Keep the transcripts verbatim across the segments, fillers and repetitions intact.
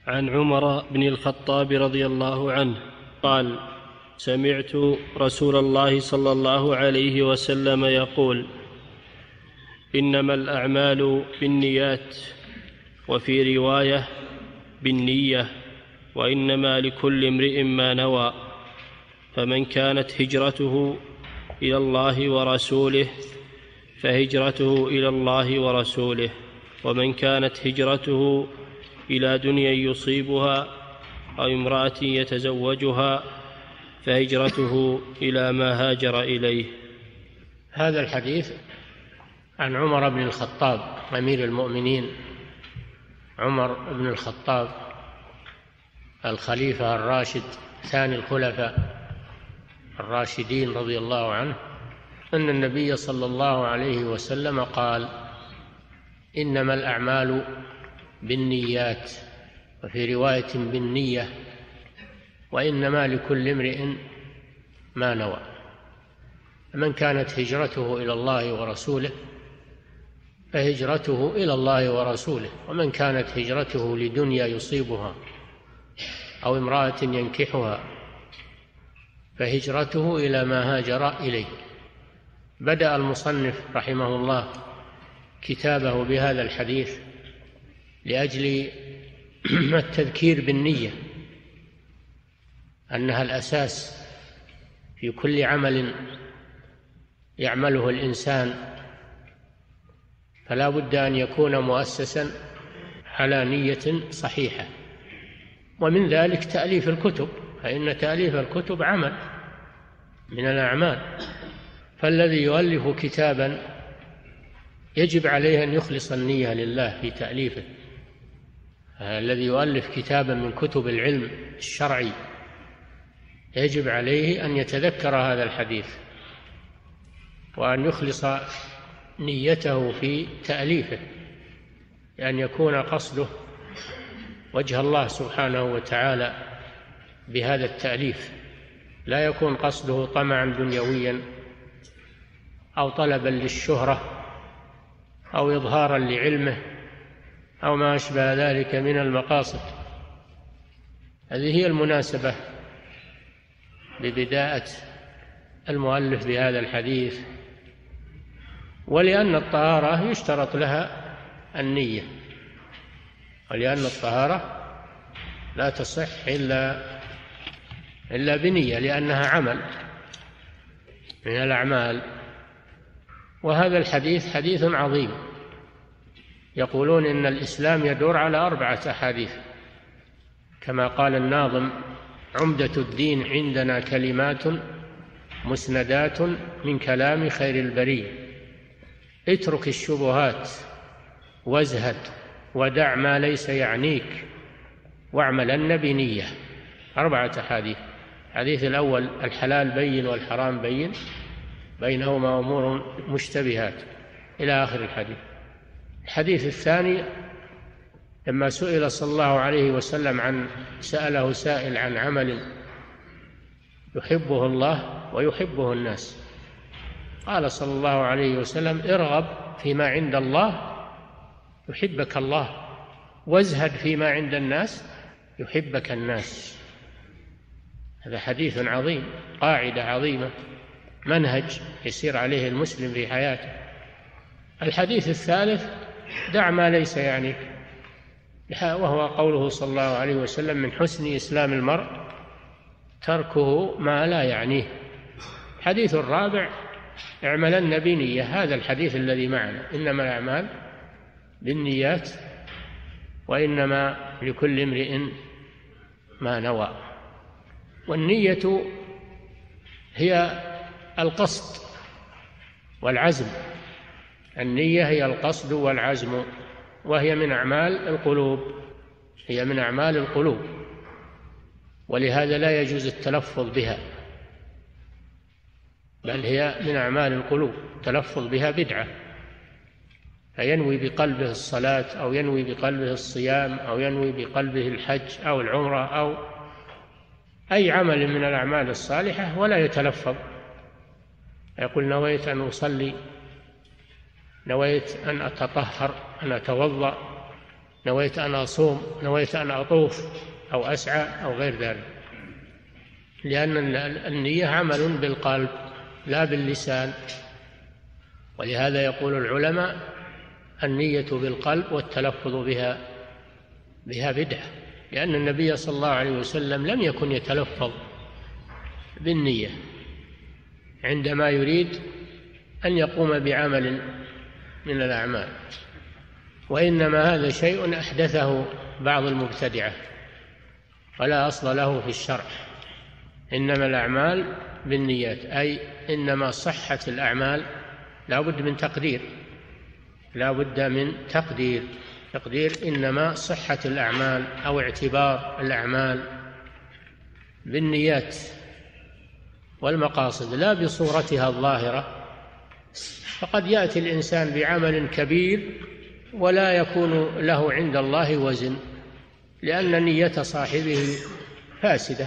عن عمر بن الخطاب رضي الله عنه قال: سمعت رسول الله صلى الله عليه وسلم يقول: إنما الأعمال بالنيات، وفي رواية بالنية، وإنما لكل امرئ ما نوى، فمن كانت هجرته إلى الله ورسوله فهجرته إلى الله ورسوله، ومن كانت هجرته إلى دنيا يصيبها أو امرأة يتزوجها فهجرته إلى ما هاجر إليه. هذا الحديث عن عمر بن الخطاب أمير المؤمنين، عمر بن الخطاب الخليفة الراشد ثاني الخلفاء الراشدين رضي الله عنه، أن النبي صلى الله عليه وسلم قال: إنما الأعمال بالنيات، وفي رواية بالنية، وإنما لكل امرئ ما نوى. من كانت هجرته إلى الله ورسوله فهجرته إلى الله ورسوله، ومن كانت هجرته لدنيا يصيبها أو امرأة ينكحها فهجرته إلى ما هاجر إليه. بدأ المصنف رحمه الله كتابه بهذا الحديث لأجل التذكير بالنية، أنها الأساس في كل عمل يعمله الإنسان، فلا بد أن يكون مؤسسا على نية صحيحة. ومن ذلك تأليف الكتب، فإن تأليف الكتب عمل من الأعمال، فالذي يؤلف كتابا يجب عليه أن يخلص النية لله في تأليفه. الذي يؤلف كتابا من كتب العلم الشرعي يجب عليه أن يتذكر هذا الحديث وأن يخلص نيته في تأليفه، لأن يكون قصده وجه الله سبحانه وتعالى بهذا التأليف، لا يكون قصده طمعا دنيويا أو طلبا للشهرة أو إظهارا لعلمه أو ما أشبه ذلك من المقاصد. هذه هي المناسبة ببداية المؤلف بهذا الحديث. ولأن الطهارة يشترط لها النية، ولأن الطهارة لا تصح إلا إلا بنية، لأنها عمل من الأعمال. وهذا الحديث حديث عظيم. يقولون إن الإسلام يدور على أربعة أحاديث، كما قال الناظم: عمدة الدين عندنا كلمات مسندات من كلام خير البرية، اترك الشبهات وازهد ودع ما ليس يعنيك واعملن بنية. أربعة أحاديث. الحديث الأول: الحلال بين والحرام بين، بينهما أمور مشتبهات، إلى آخر الحديث. الحديث الثاني: لما سئل صلى الله عليه وسلم عن سأله سائل عن عمل يحبه الله ويحبه الناس، قال صلى الله عليه وسلم: ارغب فيما عند الله يحبك الله، وازهد فيما عند الناس يحبك الناس. هذا حديث عظيم، قاعدة عظيمة، منهج يسير عليه المسلم في حياته. الحديث الثالث: دع ما ليس يعنيك، وهو قوله صلى الله عليه وسلم: من حسن إسلام المرء تركه ما لا يعنيه. الحديث الرابع: اعملن بنية. هذا الحديث الذي معنا: إنما الأعمال بالنيات وإنما لكل امرئ ما نوى. والنية هي القصد والعزم. النية هي القصد والعزم، وهي من أعمال القلوب، هي من أعمال القلوب، ولهذا لا يجوز التلفظ بها، بل هي من أعمال القلوب. التلفظ بها بدعة، فينوي بقلبه الصلاة أو ينوي بقلبه الصيام أو ينوي بقلبه الحج أو العمرة أو أي عمل من الأعمال الصالحة ولا يتلفظ. يقول: نويت أن أصلي، نويت أن أتطهر، أن أتوضأ، نويت أن أصوم، نويت أن أطوف أو أسعى أو غير ذلك، لأن النية عمل بالقلب لا باللسان. ولهذا يقول العلماء النية بالقلب والتلفظ بها بها بدعة، لأن النبي صلى الله عليه وسلم لم يكن يتلفظ بالنية عندما يريد أن يقوم بعمل من الأعمال، وإنما هذا شيء أحدثه بعض المبتدعة ولا أصل له في الشرع. إنما الأعمال بالنيات، أي إنما صحة الأعمال لا بد من تقدير، لا بد من تقدير تقدير إنما صحة الأعمال أو اعتبار الأعمال بالنيات والمقاصد لا بصورتها الظاهرة. فقد يأتي الإنسان بعمل كبير ولا يكون له عند الله وزن، لأن نية صاحبه فاسدة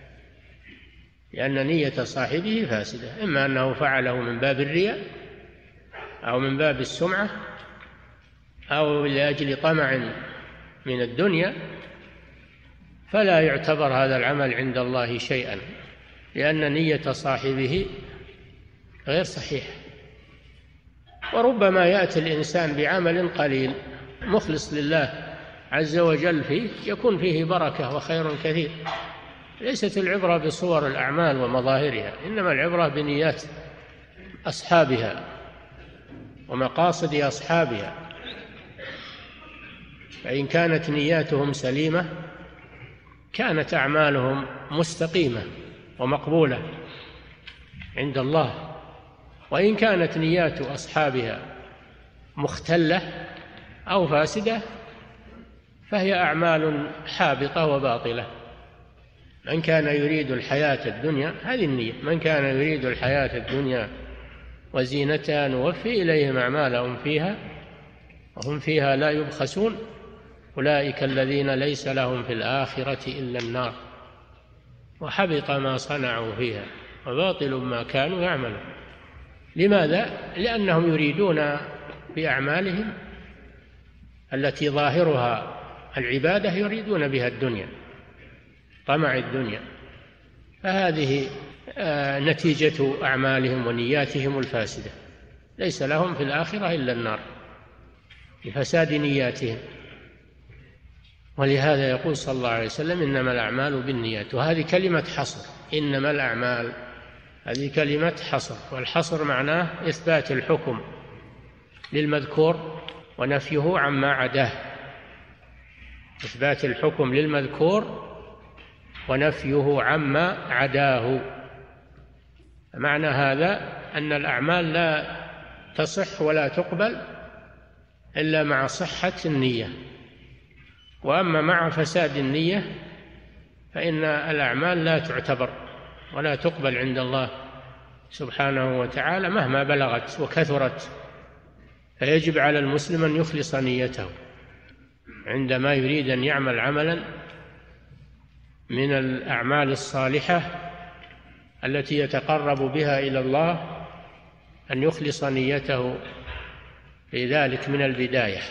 لأن نية صاحبه فاسدة إما أنه فعله من باب الرياء أو من باب السمعة أو لأجل طمع من الدنيا، فلا يعتبر هذا العمل عند الله شيئا، لأن نية صاحبه غير صحيحة. وربما يأتي الإنسان بعمل قليل مخلص لله عز وجل فيه، يكون فيه بركة وخير كثير. ليست العبرة بصور الأعمال ومظاهرها، إنما العبرة بنيات أصحابها ومقاصد أصحابها. فإن كانت نياتهم سليمة كانت أعمالهم مستقيمة ومقبولة عند الله، وإن كانت نيات أصحابها مختلة أو فاسدة فهي أعمال حابطة وباطلة. من كان يريد الحياة الدنيا، هذه النية، من كان يريد الحياة الدنيا وزينتها نوفي إليهم أعمالهم فيها وهم فيها لا يبخسون أولئك الذين ليس لهم في الآخرة إلا النار وحبط ما صنعوا فيها وباطل ما كانوا يعملون. لماذا؟ لأنهم يريدون بأعمالهم التي ظاهرها العبادة يريدون بها الدنيا، طمع الدنيا، فهذه نتيجة أعمالهم ونياتهم الفاسدة، ليس لهم في الآخرة إلا النار لفساد نياتهم. ولهذا يقول صلى الله عليه وسلم إنما الأعمال بالنيات، وهذه كلمة حصر. إنما الأعمال هذه كلمة حصر، والحصر معناه إثبات الحكم للمذكور ونفيه عما عداه، إثبات الحكم للمذكور ونفيه عما عداه. معنى هذا أن الأعمال لا تصح ولا تقبل إلا مع صحة النية، وأما مع فساد النية فإن الأعمال لا تعتبر ولا تقبل عند الله سبحانه وتعالى مهما بلغت وكثرت. فيجب على المسلم أن يخلص نيته عندما يريد أن يعمل عملا من الأعمال الصالحة التي يتقرب بها إلى الله، أن يخلص نيته في ذلك من البداية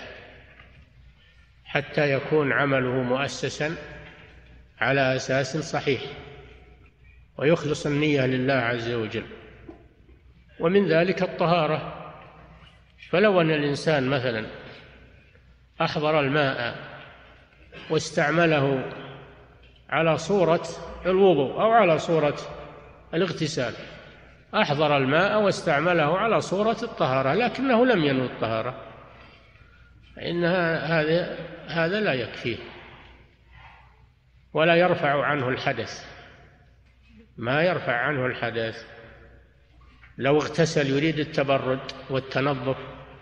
حتى يكون عمله مؤسسا على أساس صحيح، ويخلص النية لله عز وجل. ومن ذلك الطهارة. فلو أن الإنسان مثلا أحضر الماء واستعمله على صورة الوضوء أو على صورة الاغتسال، أحضر الماء واستعمله على صورة الطهارة لكنه لم ينوي الطهارة، فإن هذا هذا لا يكفيه ولا يرفع عنه الحدث، ما يرفع عنه الحدث. لو اغتسل يريد التبرد والتنظف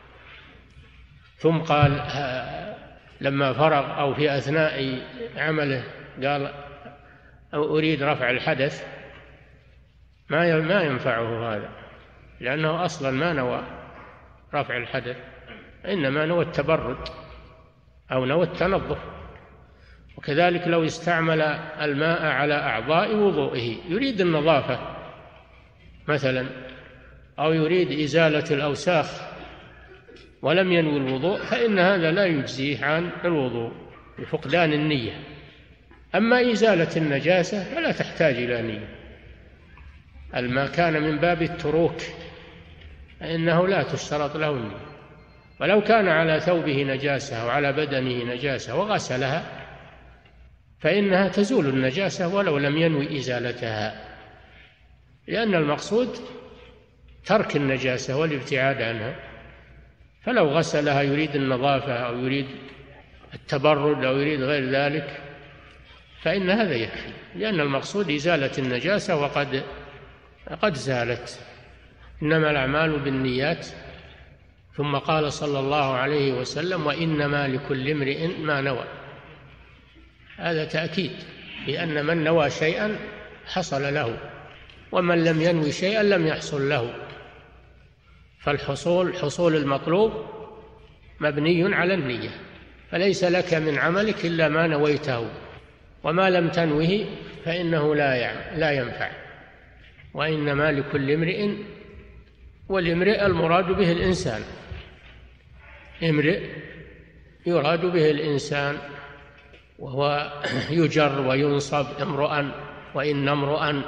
ثم قال لما فرغ أو في أثناء عمله قال أو أريد رفع الحدث، ما ما ينفعه هذا، لأنه أصلا ما نوى رفع الحدث، إنما نوى التبرد أو نوى التنظف. وكذلك لو استعمل الماء على أعضاء وضوئه يريد النظافة مثلا، أو يريد إزالة الأوساخ ولم ينوي الوضوء فإن هذا لا يجزيه عن الوضوء بفقدان النية. أما إزالة النجاسة فلا تحتاج إلى نية. الماء كان من باب التروك فإنه لا تشترط له النية. ولو كان على ثوبه نجاسة أو على بدنه نجاسة وغسلها فإنها تزول النجاسة ولو لم ينوي إزالتها، لأن المقصود ترك النجاسة والابتعاد عنها. فلو غسلها يريد النظافة أو يريد التبرد أو يريد غير ذلك فإن هذا يكفي، لأن المقصود إزالة النجاسة وقد قد زالت. إنما الأعمال بالنيات. ثم قال صلى الله عليه وسلم: وإنما لكل امرئ ما نوى. هذا تأكيد بأن من نوى شيئا حصل له، ومن لم ينوي شيئا لم يحصل له. فالحصول حصول المطلوب مبني على النية، فليس لك من عملك إلا ما نويته، وما لم تنوه فإنه لا لا ينفع. وإنما لكل امرئ، والامرئ المراد به الإنسان، امرئ يراد به الإنسان، وهو يجر وينصب امرؤا، وإن امرؤا،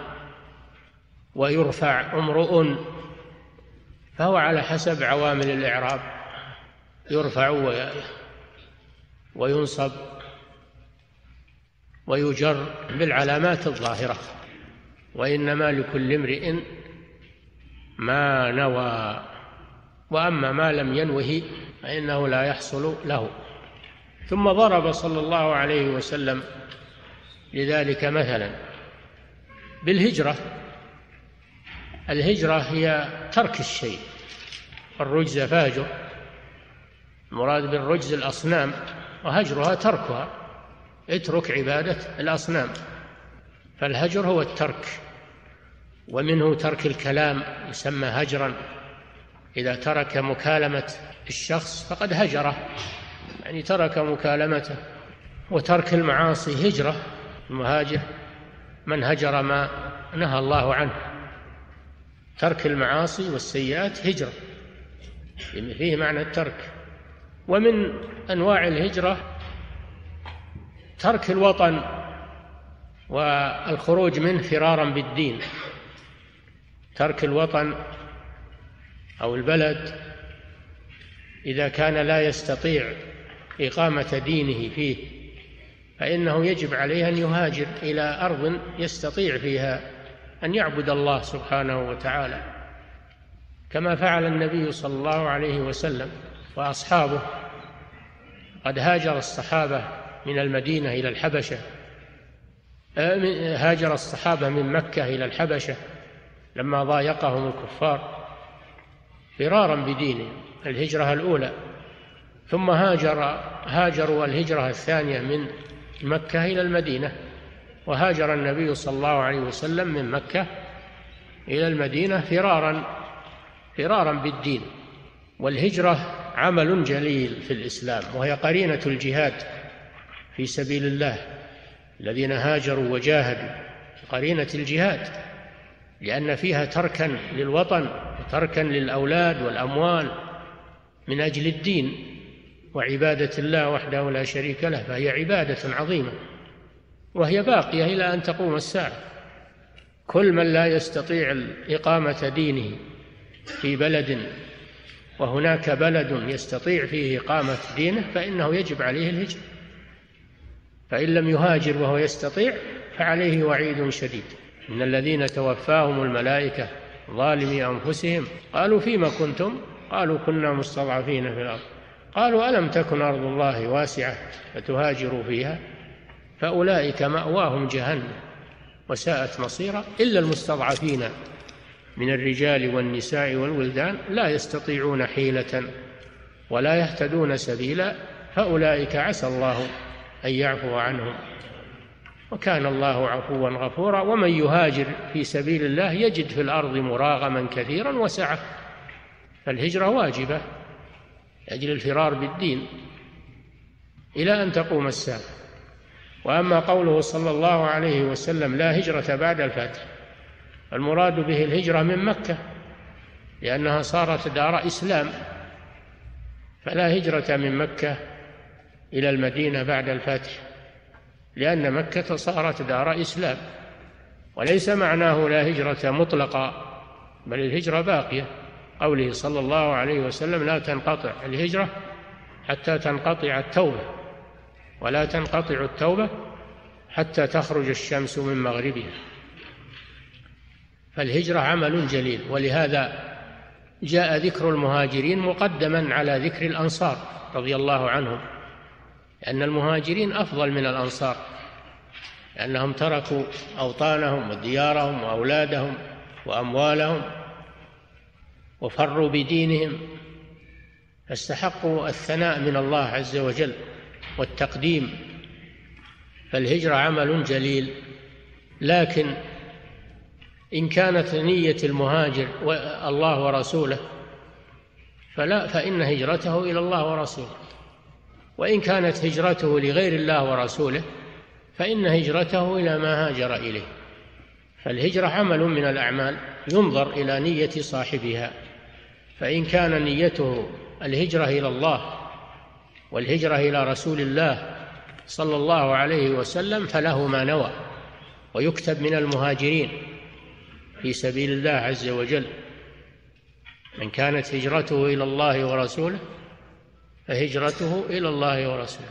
ويرفع امرؤ، فهو على حسب عوامل الإعراب، يرفع وينصب ويجر بالعلامات الظاهرة. وإنما لكل امرئ ما نوى، وأما ما لم ينوه فإنه لا يحصل له. ثم ضرب صلى الله عليه وسلم لذلك مثلا بالهجرة. الهجرة هي ترك الشيء، الرجز فاجر، المراد بالرجز الأصنام، وهجرها تركها، اترك عبادة الأصنام. فالهجر هو الترك، ومنه ترك الكلام يسمى هجرا. إذا ترك مكالمة الشخص فقد هجره، يعني ترك مكالمته. وترك المعاصي هجرة، المهاجر من هجر ما نهى الله عنه. ترك المعاصي والسيئات هجرة، فيه معنى الترك. ومن أنواع الهجرة ترك الوطن والخروج منه فرارا بالدين. ترك الوطن أو البلد إذا كان لا يستطيع إقامة دينه فيه فإنه يجب عليه أن يهاجر إلى أرض يستطيع فيها أن يعبد الله سبحانه وتعالى، كما فعل النبي صلى الله عليه وسلم وأصحابه. قد هاجر الصحابة من المدينة إلى الحبشة، هاجر الصحابة من مكة إلى الحبشة لما ضايقهم الكفار فرارا بدينهم، الهجرة الأولى. ثم هاجر هاجروا الهجرة الثانية من مكة إلى المدينة، وهاجر النبي صلى الله عليه وسلم من مكة إلى المدينة فرارا فرارا بالدين. والهجرة عمل جليل في الإسلام، وهي قرينة الجهاد في سبيل الله. الذين هاجروا وجاهدوا قرينة الجهاد، لأن فيها تركا للوطن وتركا للأولاد والأموال من أجل الدين وعبادة الله وحده لا شريك له، فهي عبادة عظيمة وهي باقية إلى أن تقوم الساعة. كل من لا يستطيع إقامة دينه في بلد وهناك بلد يستطيع فيه إقامة دينه فإنه يجب عليه الهجرة. فإن لم يهاجر وهو يستطيع فعليه وعيد شديد. إن الذين توفاهم الملائكة ظالمي أنفسهم قالوا فيما كنتم؟ قالوا كنا مستضعفين في الأرض. قالوا ألم تكن أرض الله واسعة فتهاجروا فيها؟ فأولئك مأواهم جهنم وساءت مصيرا، إلا المستضعفين من الرجال والنساء والولدان لا يستطيعون حيلة ولا يهتدون سبيلا، فأولئك عسى الله أن يعفو عنهم، وكان الله عفوا غفورا. ومن يهاجر في سبيل الله يجد في الأرض مراغما كثيرا وسعة. فالهجرة واجبة لأجل الفرار بالدين إلى أن تقوم الساعة. وأما قوله صلى الله عليه وسلم لا هجرة بعد الفتح، المراد به الهجرة من مكة، لأنها صارت دار إسلام، فلا هجرة من مكة إلى المدينة بعد الفتح، لأن مكة صارت دار إسلام، وليس معناه لا هجرة مطلقة، بل الهجرة باقية. قوله صلى الله عليه وسلم: لا تنقطع الهجرة حتى تنقطع التوبة، ولا تنقطع التوبة حتى تخرج الشمس من مغربها. فالهجرة عمل جليل، ولهذا جاء ذكر المهاجرين مقدما على ذكر الأنصار رضي الله عنهم، لأن المهاجرين أفضل من الأنصار، لأنهم تركوا أوطانهم وديارهم وأولادهم وأموالهم وفروا بدينهم، فاستحقوا الثناء من الله عز وجل والتقديم. فالهجرة عمل جليل، لكن إن كانت نية المهاجر الله ورسوله فلا فإن هجرته إلى الله ورسوله، وإن كانت هجرته لغير الله ورسوله فإن هجرته إلى ما هاجر إليه. فالهجرة عمل من الأعمال ينظر إلى نية صاحبها، فإن كان نيته الهجرة إلى الله والهجرة إلى رسول الله صلى الله عليه وسلم فله ما نوى، ويكتب من المهاجرين في سبيل الله عز وجل. من كانت هجرته إلى الله ورسوله فهجرته إلى الله ورسوله.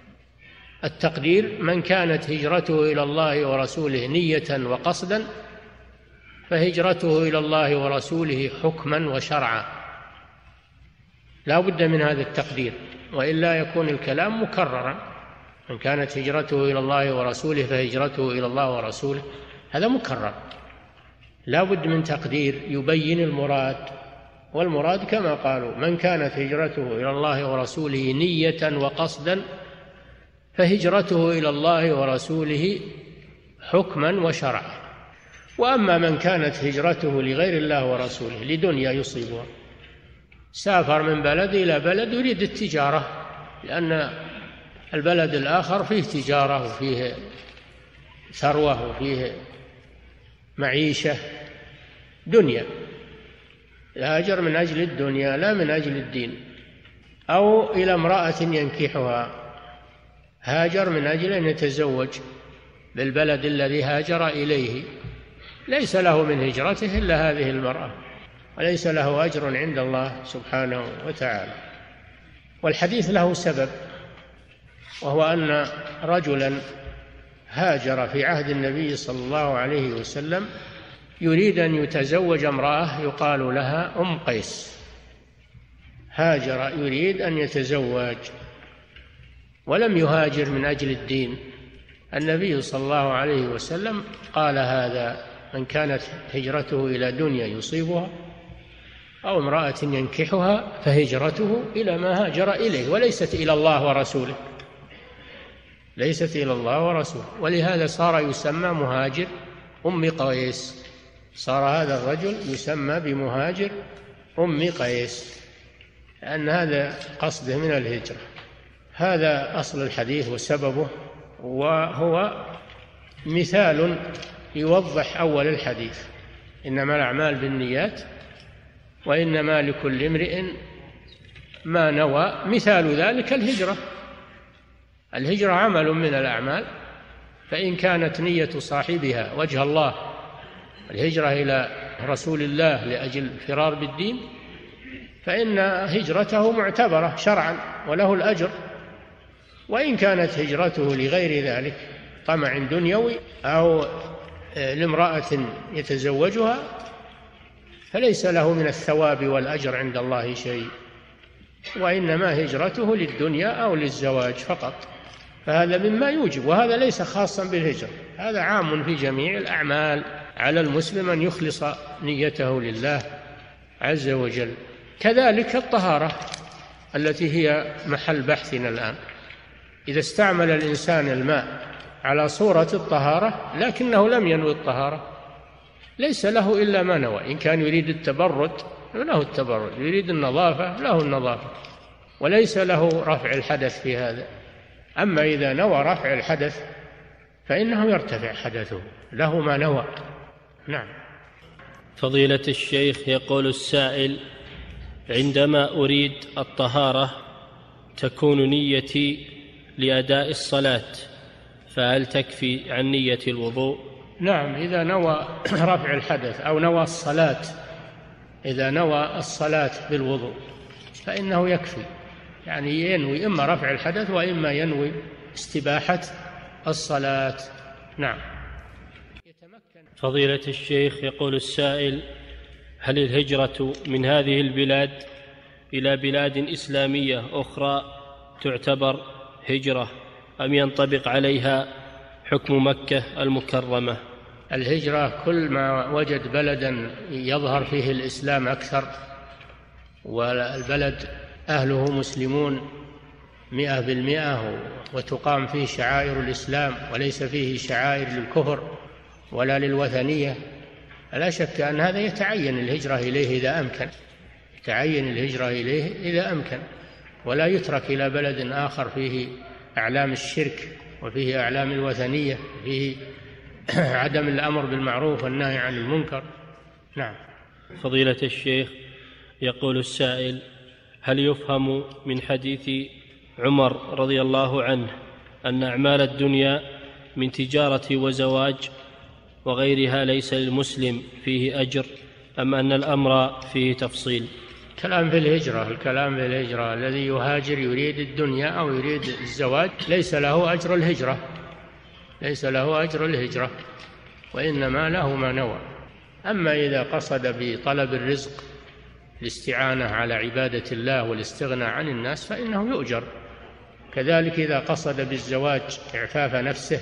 التقدير: من كانت هجرته إلى الله ورسوله نية وقصدا فهجرته إلى الله ورسوله حكما وشرعا. لا بد من هذا التقدير، وإلا يكون الكلام مكررا. من كانت هجرته إلى الله ورسوله فهجرته إلى الله ورسوله، هذا مكرر. لا بد من تقدير يبين المراد، والمراد كما قالوا: من كانت هجرته إلى الله ورسوله نية وقصدا فهجرته إلى الله ورسوله حكما وشرعا. وأما من كانت هجرته لغير الله ورسوله لدنيا يصيبها، سافر من بلد إلى بلد يريد التجارة، لأن البلد الآخر فيه تجارة وفيه ثروة وفيه معيشة دنيا، هاجر من أجل الدنيا لا من أجل الدين. أو إلى امرأة ينكحها، هاجر من أجل أن يتزوج بالبلد الذي هاجر إليه، ليس له من هجرته إلا هذه المرأة، وليس له أجر عند الله سبحانه وتعالى. والحديث له سبب، وهو أن رجلا هاجر في عهد النبي صلى الله عليه وسلم يريد أن يتزوج امرأة يقال لها أم قيس. هاجر يريد أن يتزوج ولم يهاجر من أجل الدين. النبي صلى الله عليه وسلم قال: هذا من كانت هجرته إلى دنيا يصيبها أو امرأة ينكحها فهجرته إلى ما هاجر إليه، وليست إلى الله ورسوله، ليست إلى الله ورسوله. ولهذا صار يسمى مهاجر أم قيس، صار هذا الرجل يسمى بمهاجر أم قيس، لأن هذا قصده من الهجرة. هذا أصل الحديث وسببه، وهو مثال يوضح أول الحديث: إنما الأعمال بالنيات وإنما لكل امرئ ما نوى. مثال ذلك الهجرة. الهجرة عمل من الأعمال، فإن كانت نية صاحبها وجه الله، الهجرة إلى رسول الله لأجل فرار بالدين، فإن هجرته معتبرة شرعا وله الأجر. وإن كانت هجرته لغير ذلك، طمع دنيوي أو لامرأة يتزوجها، فليس له من الثواب والأجر عند الله شيء، وإنما هجرته للدنيا أو للزواج فقط. فهذا مما يوجب، وهذا ليس خاصا بالهجرة، هذا عام في جميع الأعمال. على المسلم أن يخلص نيته لله عز وجل. كذلك الطهارة التي هي محل بحثنا الآن. إذا استعمل الإنسان الماء على صورة الطهارة لكنه لم ينوي الطهارة، ليس له إلا ما نوى. إن كان يريد التبرد له التبرد، يريد النظافة له النظافة، وليس له رفع الحدث في هذا. أما إذا نوى رفع الحدث فإنه يرتفع حدثه، له ما نوى. نعم. فضيلة الشيخ، يقول السائل: عندما أريد الطهارة تكون نيتي لأداء الصلاة، فهل تكفي عن نية الوضوء؟ نعم، إذا نوى رفع الحدث أو نوى الصلاة، إذا نوى الصلاة بالوضوء فإنه يكفي، يعني ينوي إما رفع الحدث وإما ينوي استباحة الصلاة. نعم. فضيلة الشيخ، يقول السائل: هل الهجرة من هذه البلاد إلى بلاد إسلامية أخرى تعتبر هجرة أم ينطبق عليها حكم مكة المكرمة؟ الهجرة كل ما وجد بلدا يظهر فيه الإسلام أكثر والبلد أهله مسلمون مئة بالمئة وتقام فيه شعائر الإسلام وليس فيه شعائر للكفر ولا للوثنية، لا شك أن هذا يتعين الهجرة إليه إذا أمكن، يتعين الهجرة إليه إذا أمكن، ولا يترك إلى بلد آخر فيه أعلام الشرك وفيه أعلام الوثنية وفيه عدم الأمر بالمعروف والنهي عن المنكر. نعم. فضيلة الشيخ، يقول السائل: هل يفهم من حديث عمر رضي الله عنه أن أعمال الدنيا من تجارة وزواج وغيرها ليس للمسلم فيه أجر، أم أن الأمر فيه تفصيل؟ كلام في الهجرة، الكلام في الهجرة الذي يهاجر يريد الدنيا أو يريد الزواج ليس له أجر الهجرة، ليس له أجر الهجرة، وإنما له ما نوى. أما إذا قصد بطلب الرزق الاستعانة على عبادة الله والاستغناء عن الناس فإنه يؤجر. كذلك إذا قصد بالزواج إعفاف نفسه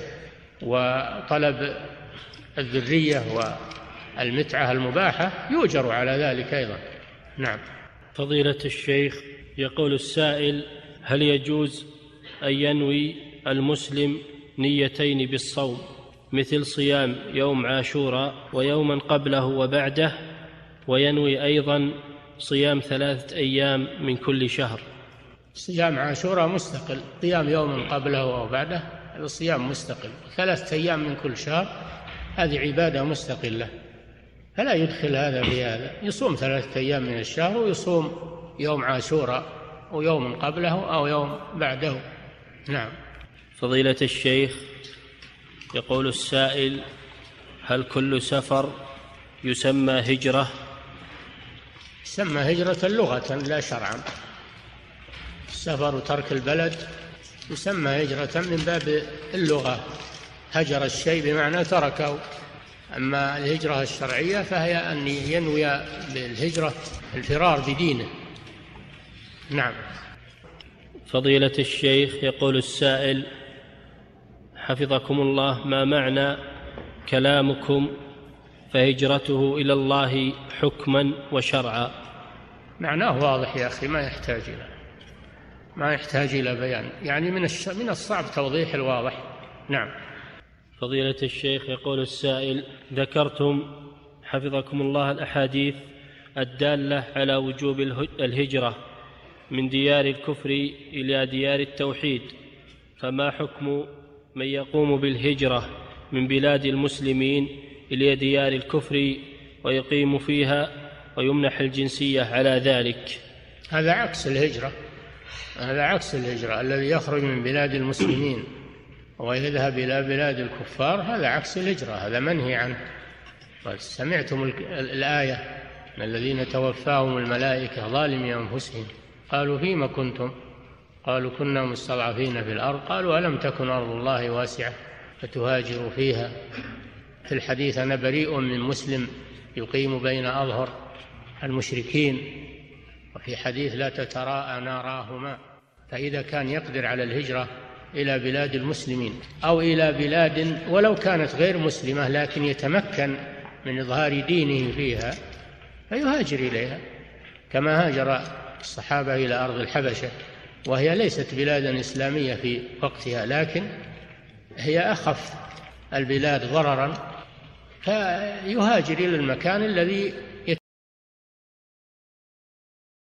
وطلب الذرية والمتعة المباحة يؤجر على ذلك أيضا. نعم. فضيلة الشيخ، يقول السائل: هل يجوز أن ينوي المسلم نيتين بالصوم مثل صيام يوم عاشوراء ويوما قبله وبعده، وينوي أيضا صيام ثلاثة أيام من كل شهر؟ صيام عاشوراء مستقل، صيام يوم قبله أو بعده هذا صيام مستقل، ثلاثة أيام من كل شهر هذه عبادة مستقلة، فلا يدخل هذا في هذا، يصوم ثلاثة أيام من الشهر ويصوم يوم عاشوراء ويوم قبله أو يوم بعده. نعم. فضيلة الشيخ، يقول السائل: هل كل سفر يسمى هجرة؟ يسمى هجرة لغة لا شرعا، السفر وترك البلد يسمى هجرة من باب اللغة، هجر الشيء بمعنى تركه. أما الهجرة الشرعية فهي أن ينوي بالهجرة الفرار بدينه. نعم. فضيلة الشيخ، يقول السائل: حفظكم الله، ما معنى كلامكم فهجرته إلى الله حكما وشرعا؟ معناه واضح يا أخي، ما يحتاج إلى ما يحتاج إلى بيان، يعني من الش... من الصعب توضيح الواضح. نعم. فضيلة الشيخ، يقول السائل: ذكرتم حفظكم الله الأحاديث الدالة على وجوب الهجرة من ديار الكفر إلى ديار التوحيد، فما حكم من يقوم بالهجرة من بلاد المسلمين إلى ديار الكفر ويقيم فيها ويمنح الجنسية على ذلك؟ هذا عكس الهجرة، هذا عكس الهجرة، الذي يخرج من بلاد المسلمين ويذهب إلى بلاد الكفار هذا عكس الهجرة، هذا منهي عنه. سمعتم الآية: من الذين توفاهم الملائكة ظالمي أنفسهم قالوا فيما كنتم قالوا كنا مستضعفين في الأرض قالوا ألم تكن أرض الله واسعة فتهاجروا فيها. في الحديث: أنا بريء من مسلم يقيم بين أظهر المشركين. وفي حديث: لا تتراءى ناراهما. فإذا كان يقدر على الهجرة إلى بلاد المسلمين أو إلى بلاد ولو كانت غير مسلمة لكن يتمكن من إظهار دينه فيها فيهاجر إليها، كما هاجر الصحابة إلى أرض الحبشة، وهي ليست بلادا إسلامية في وقتها لكن هي أخف البلاد ضررا، فيهاجر إلى المكان الذي